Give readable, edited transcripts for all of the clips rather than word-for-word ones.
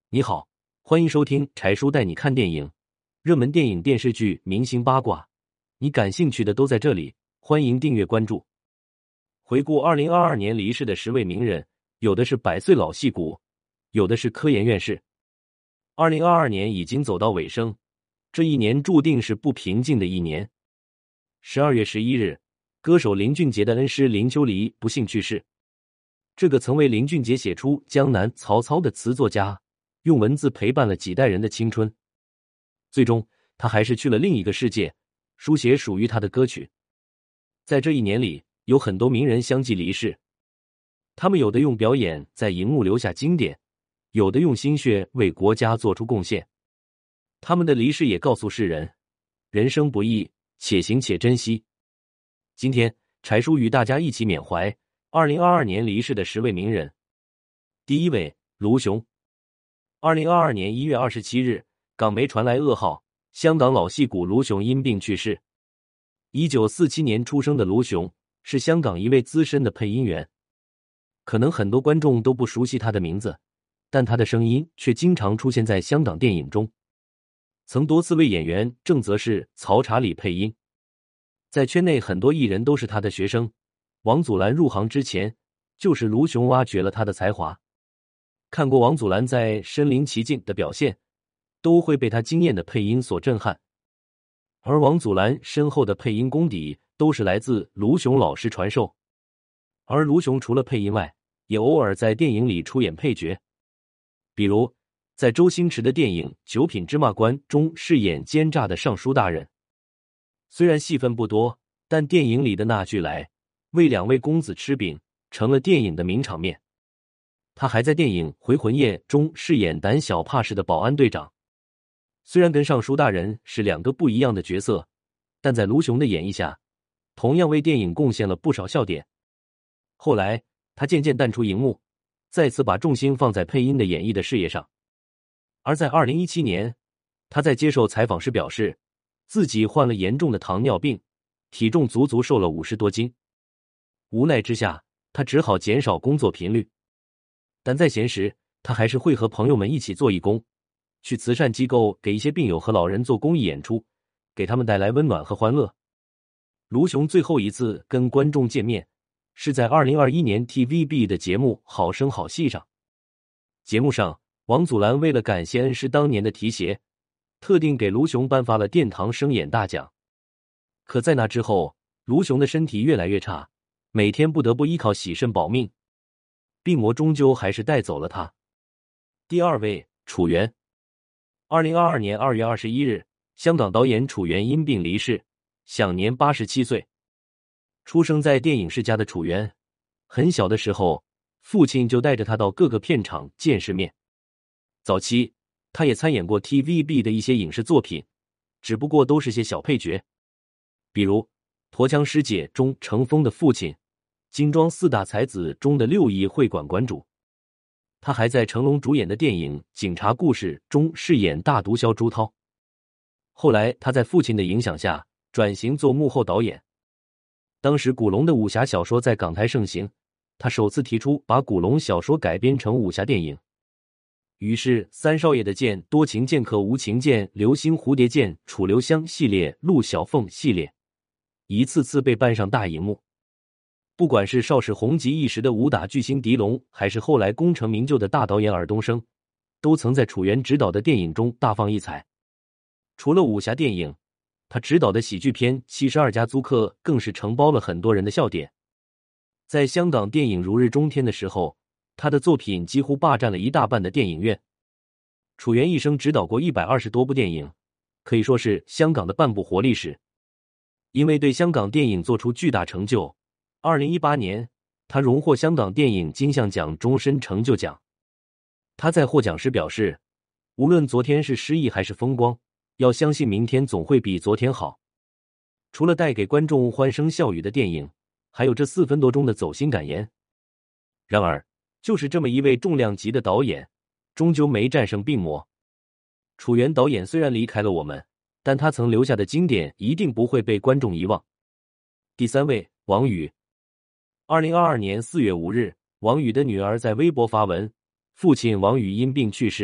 你好，欢迎收听柴叔带你看电影，热门电影、电视剧、明星八卦，你感兴趣的都在这里。欢迎订阅关注。回顾2022年离世的10位名人，有的是百岁老戏骨，有的是科研院士。2022年已经走到尾声，这一年注定是不平静的一年。12月11日，歌手林俊杰的恩师林秋离不幸去世。这个曾为林俊杰写出《江南》《曹操》的词作家，用文字陪伴了几代人的青春，最终他还是去了另一个世界，书写属于他的歌曲。在这一年里，有很多名人相继离世，他们有的用表演在荧幕留下经典，有的用心血为国家做出贡献。他们的离世也告诉世人，人生不易，且行且珍惜。今天柴叔与大家一起缅怀2022年离世的10位名人。第一位，卢雄。2022年1月27日，港媒传来噩耗，香港老戏骨卢雄因病去世。1947年出生的卢雄是香港一位资深的配音员，可能很多观众都不熟悉他的名字，但他的声音却经常出现在香港电影中，曾多次为演员郑则仕、曹查理配音。在圈内很多艺人都是他的学生，王祖蓝入行之前就是卢雄挖掘了他的才华。看过王祖蓝在《身临其境》的表现，都会被他惊艳的配音所震撼。而王祖蓝深厚的配音功底都是来自卢雄老师传授。而卢雄除了配音外，也偶尔在电影里出演配角，比如在周星驰的电影《九品芝麻官》中饰演奸诈的尚书大人。虽然戏份不多，但电影里的那句来为2位公子吃饼成了电影的名场面。他还在电影《回魂夜》中饰演胆小怕事的保安队长。虽然跟尚书大人是2个不一样的角色，但在卢雄的演绎下，同样为电影贡献了不少笑点。后来他渐渐淡出荧幕，再次把重心放在配音的演绎的事业上。而在2017年，他在接受采访时表示，自己患了严重的糖尿病，体重足足瘦了50多斤。无奈之下，他只好减少工作频率。但在闲时，他还是会和朋友们一起做义工，去慈善机构给一些病友和老人做公益演出，给他们带来温暖和欢乐。卢雄最后一次跟观众见面，是在2021年 TVB 的节目《好声好戏》上。节目上，王祖蓝为了感谢恩师当年的提携，特定给卢雄颁发了殿堂生演大奖。可在那之后，卢雄的身体越来越差，每天不得不依靠洗肾保命，病魔终究还是带走了他。第二位，楚原。2022年2月21日，香港导演楚原因病离世，享年87岁。出生在电影世家的楚原，很小的时候，父亲就带着他到各个片场见世面。早期，他也参演过 TVB 的一些影视作品，只不过都是些小配角，比如《驼枪师姐》中程峰的父亲，金庄4大才子中的6亿会馆馆主。他还在成龙主演的电影《警察故事》中饰演大毒枭朱涛。后来他在父亲的影响下转型做幕后导演。当时古龙的武侠小说在港台盛行，他首次提出把古龙小说改编成武侠电影。于是三少爷的剑、多情剑客无情剑、流星蝴蝶剑、楚留香系列、陆小凤系列一次次被搬上大荧幕。不管是邵氏红极一时的武打巨星狄龙，还是后来功成名就的大导演尔冬升，都曾在楚原执导的电影中大放异彩。除了武侠电影，他执导的喜剧片《72家租客》更是承包了很多人的笑点。在香港电影如日中天的时候，他的作品几乎霸占了一大半的电影院。楚原一生执导过120多部电影，可以说是香港的半部活历史。因为对香港电影做出巨大成就，2018年，他荣获香港电影金像奖终身成就奖。他在获奖时表示，无论昨天是失意还是风光，要相信明天总会比昨天好。除了带给观众欢声笑语的电影，还有这4分多钟的走心感言。然而，就是这么一位重量级的导演，终究没战胜病魔。楚原导演虽然离开了我们，但他曾留下的经典一定不会被观众遗忘。第3位，王宇。2022年4月5日，王宇的女儿在微博发文，父亲王宇因病去世，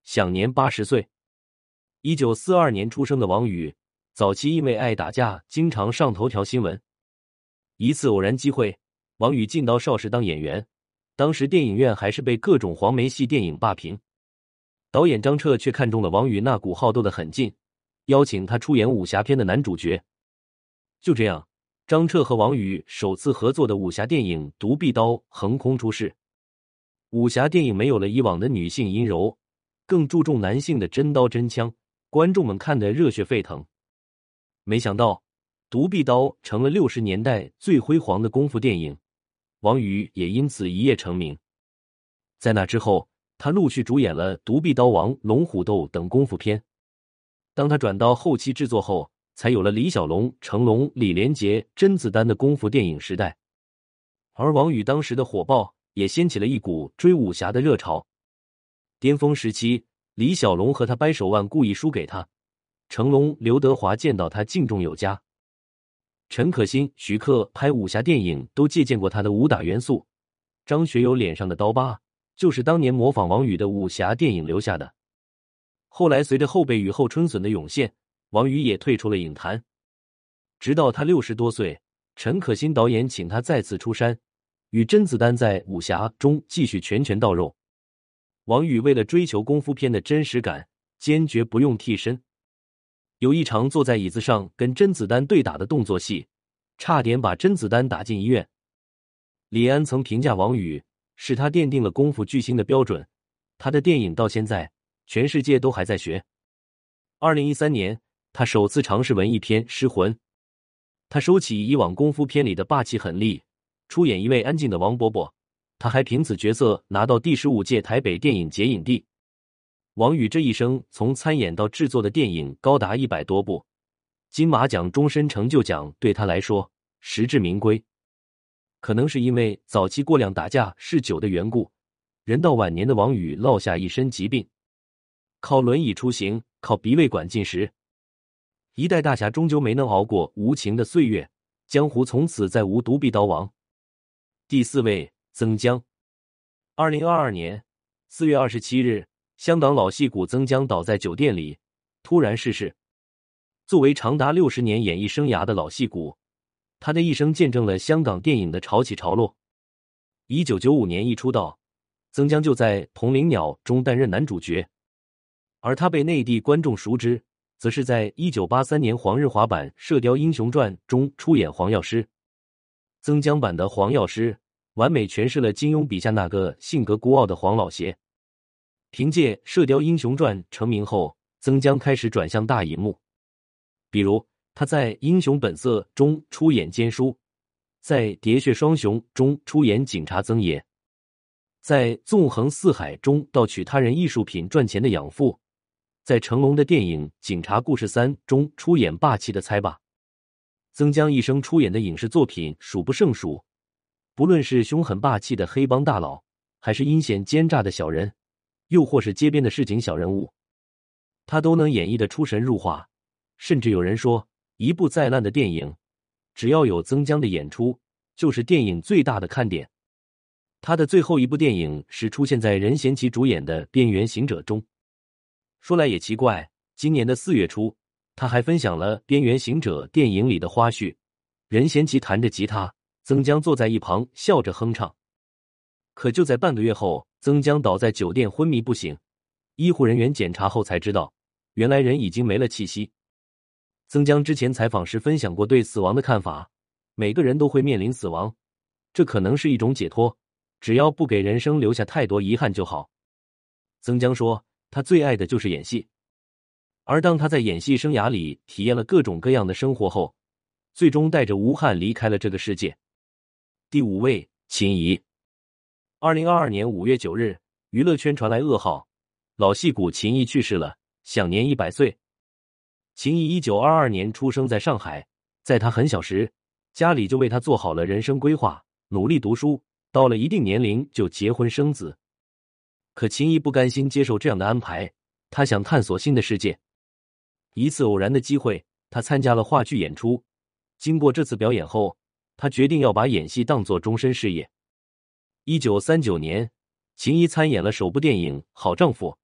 享年80岁。1942年出生的王宇，早期因为爱打架，经常上头条新闻。一次偶然机会，王宇进到邵氏当演员，当时电影院还是被各种黄梅系电影霸屏。导演张彻却看中了王宇那股好斗的狠劲，邀请他出演武侠片的男主角。就这样，张彻和王宇首次合作的武侠电影《独臂刀》横空出世。武侠电影没有了以往的女性阴柔，更注重男性的真刀真枪，观众们看得热血沸腾。没想到，《独臂刀》成了60年代最辉煌的功夫电影，王宇也因此一夜成名。在那之后，他陆续主演了《独臂刀王》《龙虎斗》等功夫片。当他转到后期制作后，才有了李小龙、成龙、李连杰、甄子丹的功夫电影时代。而王宇当时的火爆，也掀起了一股追武侠的热潮。巅峰时期，李小龙和他掰手腕故意输给他，成龙、刘德华见到他敬重有加。陈可辛、徐克拍武侠电影都借鉴过他的武打元素。张学友脸上的刀疤，就是当年模仿王宇的武侠电影留下的。后来随着后辈雨后春笋的涌现，王宇也退出了影坛。直到他60多岁，陈可辛导演请他再次出山，与甄子丹在武侠中继续拳拳到肉。王宇为了追求功夫片的真实感，坚决不用替身。有一场坐在椅子上跟甄子丹对打的动作戏，差点把甄子丹打进医院。李安曾评价王宇，是他奠定了功夫巨星的标准，他的电影到现在全世界都还在学。2013年，他首次尝试文艺片《失魂》，他收起以往功夫片里的霸气狠戾，出演一位安静的王伯伯。他还凭此角色拿到第15届台北电影节影帝。王宇这一生从参演到制作的电影高达100多部，金马奖终身成就奖对他来说实至名归。可能是因为早期过量打架嗜酒的缘故，人到晚年的王宇落下一身疾病，靠轮椅出行，靠鼻胃管进食。一代大侠终究没能熬过无情的岁月，江湖从此再无独臂刀王。第4位，曾江。2022年4月27日，香港老戏骨曾江倒在酒店里，突然逝世。作为长达60年演艺生涯的老戏骨，他的一生见证了香港电影的潮起潮落。1995年一出道，曾江就在《同林鸟》中担任男主角，而他被内地观众熟知，则是在1983年黄日华版《射雕英雄传》中出演黄药师。曾江版的黄药师完美诠释了金庸笔下那个性格孤傲的黄老邪。凭借《射雕英雄传》成名后，曾江开始转向大荧幕，比如他在《英雄本色》中出演奸叔，在《喋血双雄》中出演警察曾爷，在《纵横四海》中盗取他人艺术品赚钱的养父，在成龙的电影《警察故事3》中出演霸气的猜霸。曾江一生出演的影视作品数不胜数，不论是凶狠霸气的黑帮大佬，还是阴险奸诈的小人，又或是街边的市井小人物，他都能演绎得出神入化。甚至有人说，一部再烂的电影，只要有曾江的演出，就是电影最大的看点。他的最后一部电影是出现在任贤齐主演的《边缘行者》中。说来也奇怪，今年的4月初，他还分享了《边缘行者》电影里的花絮，任贤齐弹着吉他，曾江坐在一旁笑着哼唱。可就在半个月后，曾江倒在酒店昏迷不醒，医护人员检查后才知道，原来人已经没了气息。曾江之前采访时分享过对死亡的看法，每个人都会面临死亡，这可能是一种解脱，只要不给人生留下太多遗憾就好。曾江说，他最爱的就是演戏，而当他在演戏生涯里体验了各种各样的生活后，最终带着无憾离开了这个世界。第5位，秦怡。2022年5月9日，娱乐圈传来噩耗，老戏骨秦怡去世了，享年100岁。秦怡1922年出生在上海，在他很小时，家里就为他做好了人生规划，努力读书，到了一定年龄就结婚生子。可秦怡不甘心接受这样的安排，他想探索新的世界。一次偶然的机会，他参加了话剧演出，经过这次表演后，他决定要把演戏当作终身事业。1939年，秦怡参演了首部电影《好丈夫》，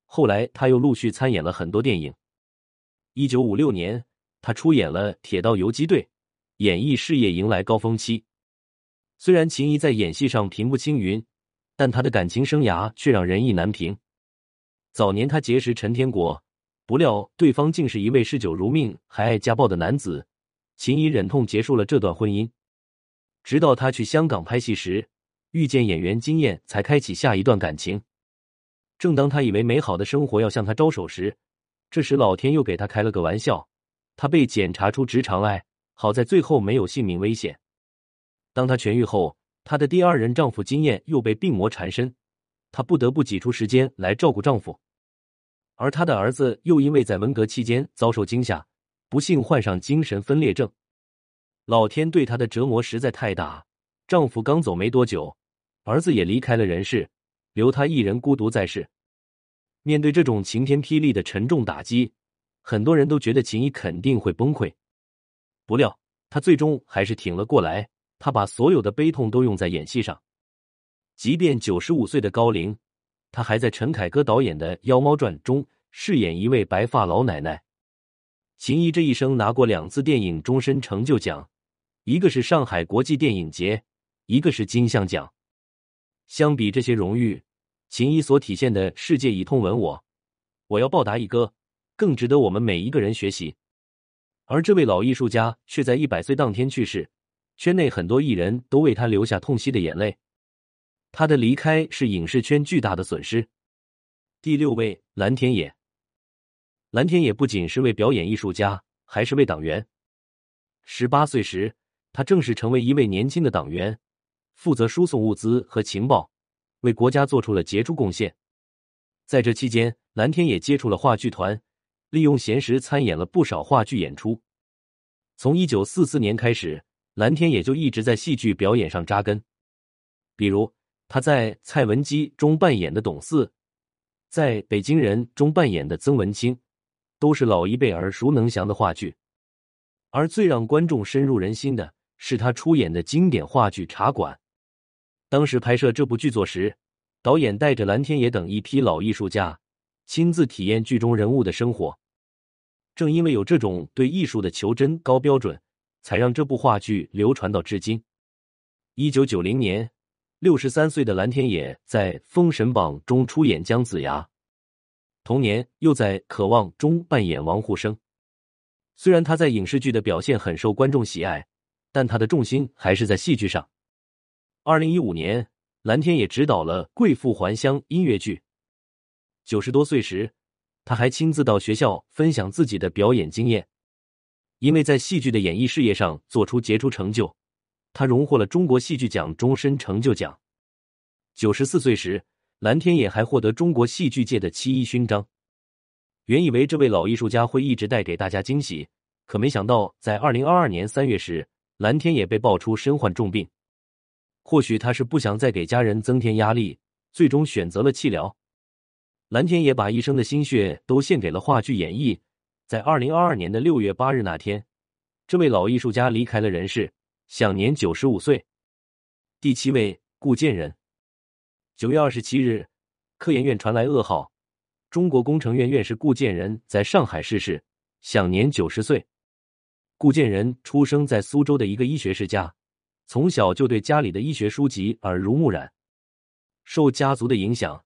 后来他又陆续参演了很多电影。1956年，他出演了《铁道游击队》，演艺事业迎来高峰期。虽然秦怡在演戏上平步青云，但他的感情生涯却让人意难平。早年他结识陈天国，不料对方竟是一位嗜酒如命还爱家暴的男子，秦怡忍痛结束了这段婚姻。直到他去香港拍戏时，遇见演员金燕，才开启下一段感情。正当他以为美好的生活要向他招手时，这时老天又给他开了个玩笑，他被检查出直肠癌，好在最后没有性命危险。当他痊愈后，她的第二任丈夫金燕又被病魔缠身，她不得不挤出时间来照顾丈夫。而她的儿子又因为在文革期间遭受惊吓，不幸患上精神分裂症。老天对她的折磨实在太大，丈夫刚走没多久，儿子也离开了人世，留她一人孤独在世。面对这种晴天霹雳的沉重打击，很多人都觉得秦怡肯定会崩溃。不料她最终还是挺了过来，她把所有的悲痛都用在演戏上。即便95岁的高龄，她还在陈凯歌导演的《妖猫传》中饰演一位白发老奶奶。秦怡这一生拿过2次电影终身成就奖，一个是上海国际电影节，一个是金像奖。相比这些荣誉，秦怡所体现的世界以痛吻我，我要报答一哥，更值得我们每一个人学习。而这位老艺术家却在100岁当天去世，圈内很多艺人都为他流下痛惜的眼泪。他的离开是影视圈巨大的损失。第6位，蓝天野。蓝天野不仅是位表演艺术家，还是位党员。18岁时，他正式成为一位年轻的党员，负责输送物资和情报，为国家做出了杰出贡献。在这期间，蓝天野接触了话剧团，利用闲时参演了不少话剧演出。从1944年开始，蓝天野就一直在戏剧表演上扎根。比如他在《蔡文姬》中扮演的董四，在《北京人》中扮演的曾文清，都是老一辈耳熟能详的话剧。而最让观众深入人心的是他出演的经典话剧《茶馆》。当时拍摄这部剧作时，导演带着蓝天野等一批老艺术家，亲自体验剧中人物的生活。正因为有这种对艺术的求真高标准，才让这部话剧流传到至今。1990年，63岁的蓝天野在《封神榜》中出演姜子牙，同年又在《渴望》中扮演王沪生。虽然他在影视剧的表现很受观众喜爱，但他的重心还是在戏剧上。2015年，蓝天野执导了《贵妇还乡》音乐剧。90多岁时，他还亲自到学校分享自己的表演经验。因为在戏剧的演艺事业上做出杰出成就，他荣获了中国戏剧奖终身成就奖。94岁时，蓝天野还获得中国戏剧界的7一勋章。原以为这位老艺术家会一直带给大家惊喜，可没想到在2022年3月时，蓝天野被爆出身患重病。或许他是不想再给家人增添压力，最终选择了弃疗。蓝天野把一生的心血都献给了话剧演绎。在2022年的6月8日那天，这位老艺术家离开了人世，享年95岁。第7位，顾建人。9月27日，科研院传来噩耗，中国工程院院士顾建人在上海逝世，享年90岁。顾建人出生在苏州的一个医学世家，从小就对家里的医学书籍耳濡目染。受家族的影响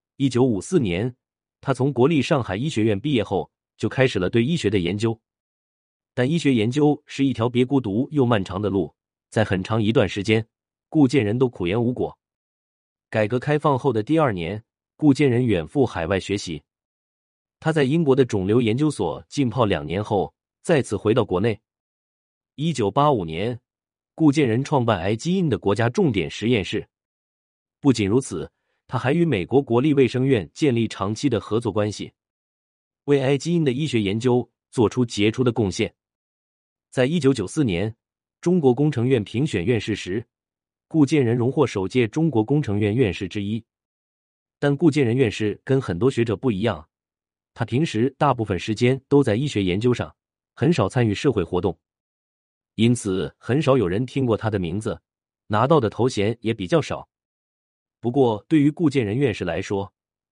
，1954年，他从国立上海医学院毕业后，就开始了对医学的研究。但医学研究是一条别孤独又漫长的路，在很长一段时间，顾建人都苦言无果。改革开放后的第2年，顾建人远赴海外学习。他在英国的肿瘤研究所浸泡2年后，再次回到国内。1985年，顾建人创办癌基因的国家重点实验室。不仅如此，他还与美国国立卫生院建立长期的合作关系，为癌基因的医学研究做出杰出的贡献。在1994年，中国工程院评选院士时，顾建人荣获首届中国工程院院士之一。但顾建人院士跟很多学者不一样，他平时大部分时间都在医学研究上，很少参与社会活动，因此很少有人听过他的名字，拿到的头衔也比较少。不过对于顾建人院士来说，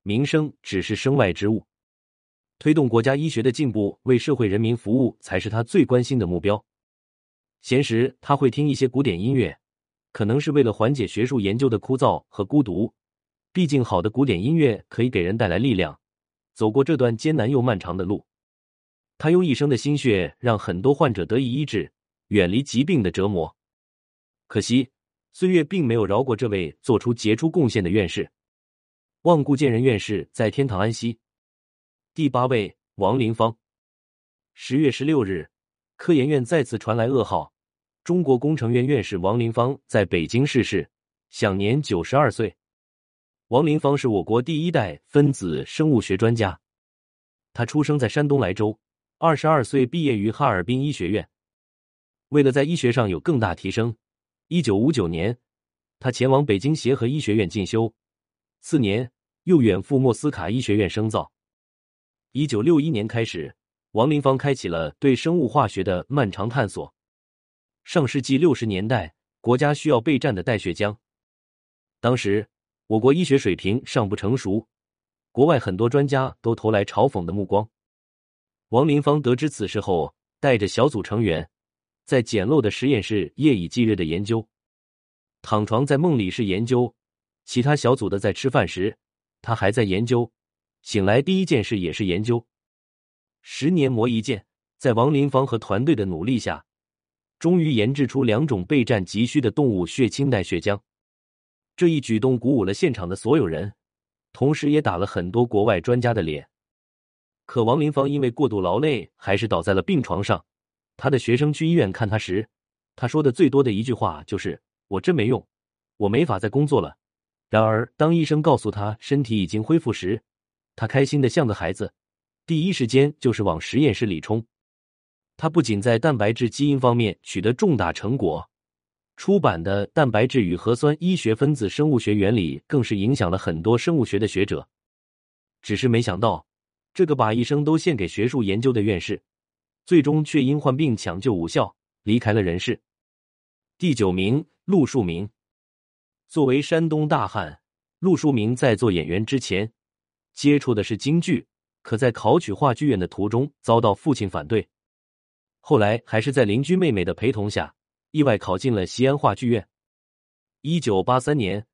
名声只是身外之物。推动国家医学的进步，为社会人民服务才是他最关心的目标。闲时他会听一些古典音乐，可能是为了缓解学术研究的枯燥和孤独，毕竟好的古典音乐可以给人带来力量，走过这段艰难又漫长的路。他用一生的心血让很多患者得以医治，远离疾病的折磨。可惜岁月并没有饶过这位做出杰出贡献的院士。望顾建仁院士在天堂安息。第8位，王林芳。10月16日，科研院再次传来噩耗，中国工程院院士王林芳在北京逝世，享年92岁。王林芳是我国第1代分子生物学专家，他出生在山东莱州，22岁毕业于哈尔滨医学院。为了在医学上有更大提升，1959年，他前往北京协和医学院进修，次年又远赴莫斯卡医学院深造。1961年开始，王林芳开启了对生物化学的漫长探索。上世纪60年代，国家需要备战的带血浆。当时，我国医学水平尚不成熟，国外很多专家都投来嘲讽的目光。王林芳得知此事后，带着小组成员，在简陋的实验室夜以继日的研究。躺床在梦里是研究，其他小组的在吃饭时，他还在研究。醒来第一件事也是研究。10年磨一剑，在王林芳和团队的努力下，终于研制出2种备战急需的动物血清带血浆。这一举动鼓舞了现场的所有人，同时也打了很多国外专家的脸。可王林芳因为过度劳累，还是倒在了病床上。他的学生去医院看他时，他说的最多的一句话就是“我真没用，我没法再工作了”。然而当医生告诉他身体已经恢复时，他开心得像个孩子，第一时间就是往实验室里冲。他不仅在蛋白质基因方面取得重大成果，出版的《蛋白质与核酸医学分子生物学原理》更是影响了很多生物学的学者。只是没想到，这个把一生都献给学术研究的院士，最终却因患病抢救无效，离开了人世。第9名，陆树铭。作为山东大汉，陆树铭在做演员之前，接触的是京剧，可在考取话剧院的途中遭到父亲反对，后来还是在邻居妹妹的陪同下，意外考进了西安话剧院。1983年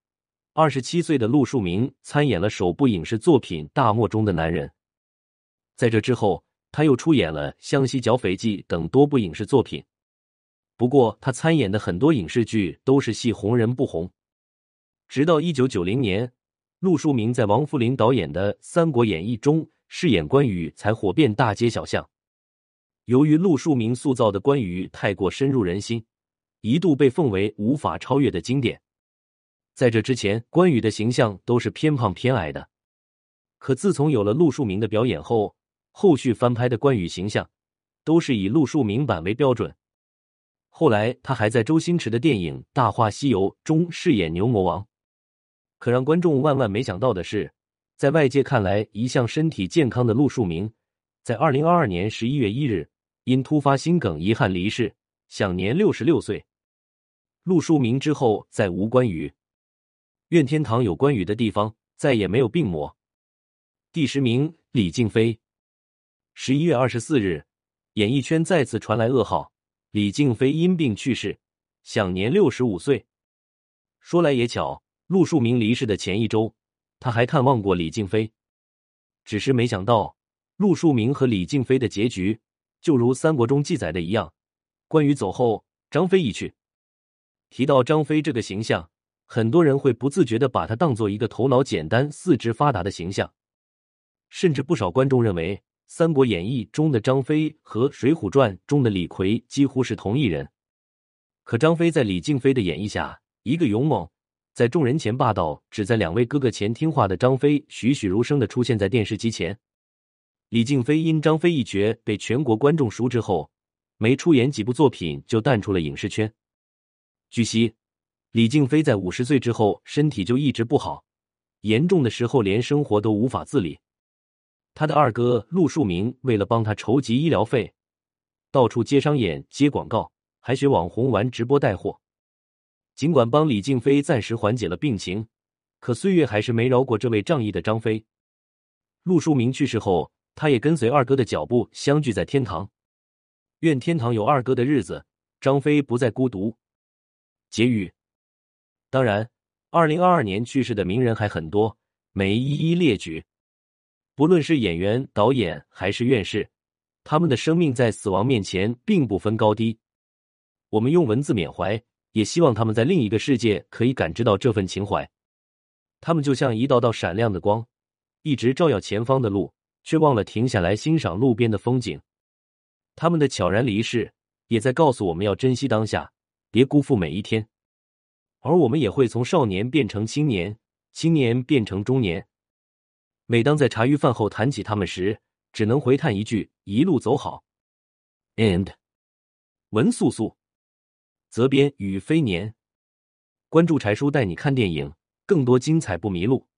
，27岁的陆树铭参演了首部影视作品《大漠中的男人》。在这之后，他又出演了《湘西剿匪记》等多部影视作品。不过，他参演的很多影视剧都是戏红人不红。直到1990年，陆树铭在王扶林导演的《三国演义》中饰演关羽才火遍大街小巷。由于陆树铭塑造的关羽太过深入人心，一度被奉为无法超越的经典。在这之前，关羽的形象都是偏胖偏矮的。可自从有了陆树铭的表演后，后续翻拍的关羽形象都是以陆树铭版为标准。后来他还在周星驰的电影《大话西游》中饰演牛魔王。可让观众万万没想到的是，在外界看来一向身体健康的陆树铭，在2022年11月1日因突发心梗遗憾离世，享年66岁。陆树铭之后再无关羽，愿天堂有关羽的地方再也没有病魔。第10名，李静飞。11月24日，演艺圈再次传来噩耗，李静飞因病去世，享年65岁。说来也巧，陆树铭离世的前一周，他还看望过李静飞。只是没想到，陆树铭和李静飞的结局，就如三国中记载的一样，关羽走后，张飞已去。提到张飞这个形象，很多人会不自觉地把他当作一个头脑简单、四肢发达的形象。甚至不少观众认为，《三国演义》中的张飞和《水浒传》中的李逵几乎是同一人。可张飞在李静飞的演绎下，一个勇猛，在众人前霸道，只在2位哥哥前听话的张飞栩栩如生地出现在电视机前。李静飞因张飞一角被全国观众熟知后，没出演几部作品就淡出了影视圈。据悉，李静飞在50岁之后身体就一直不好，严重的时候连生活都无法自理。他的二哥陆树铭为了帮他筹集医疗费，到处接商演、接广告，还学网红玩直播带货。尽管帮李静飞暂时缓解了病情，可岁月还是没饶过这位仗义的张飞。 陆书明去世后，他也跟随二哥的脚步相聚在天堂。愿天堂有二哥的日子，张飞不再孤独。结语。当然，2022年去世的名人还很多，没一一列举。不论是演员、导演还是院士，他们的生命在死亡面前并不分高低。我们用文字缅怀，也希望他们在另一个世界可以感知到这份情怀。他们就像一道道闪亮的光，一直照耀前方的路，却忘了停下来欣赏路边的风景。他们的悄然离世，也在告诉我们要珍惜当下，别辜负每一天。而我们也会从少年变成青年，青年变成中年。每当在茶余饭后谈起他们时，只能回叹一句：一路走好。End。 文素素，责编：雨飞年。关注柴叔带你看电影，更多精彩不迷路。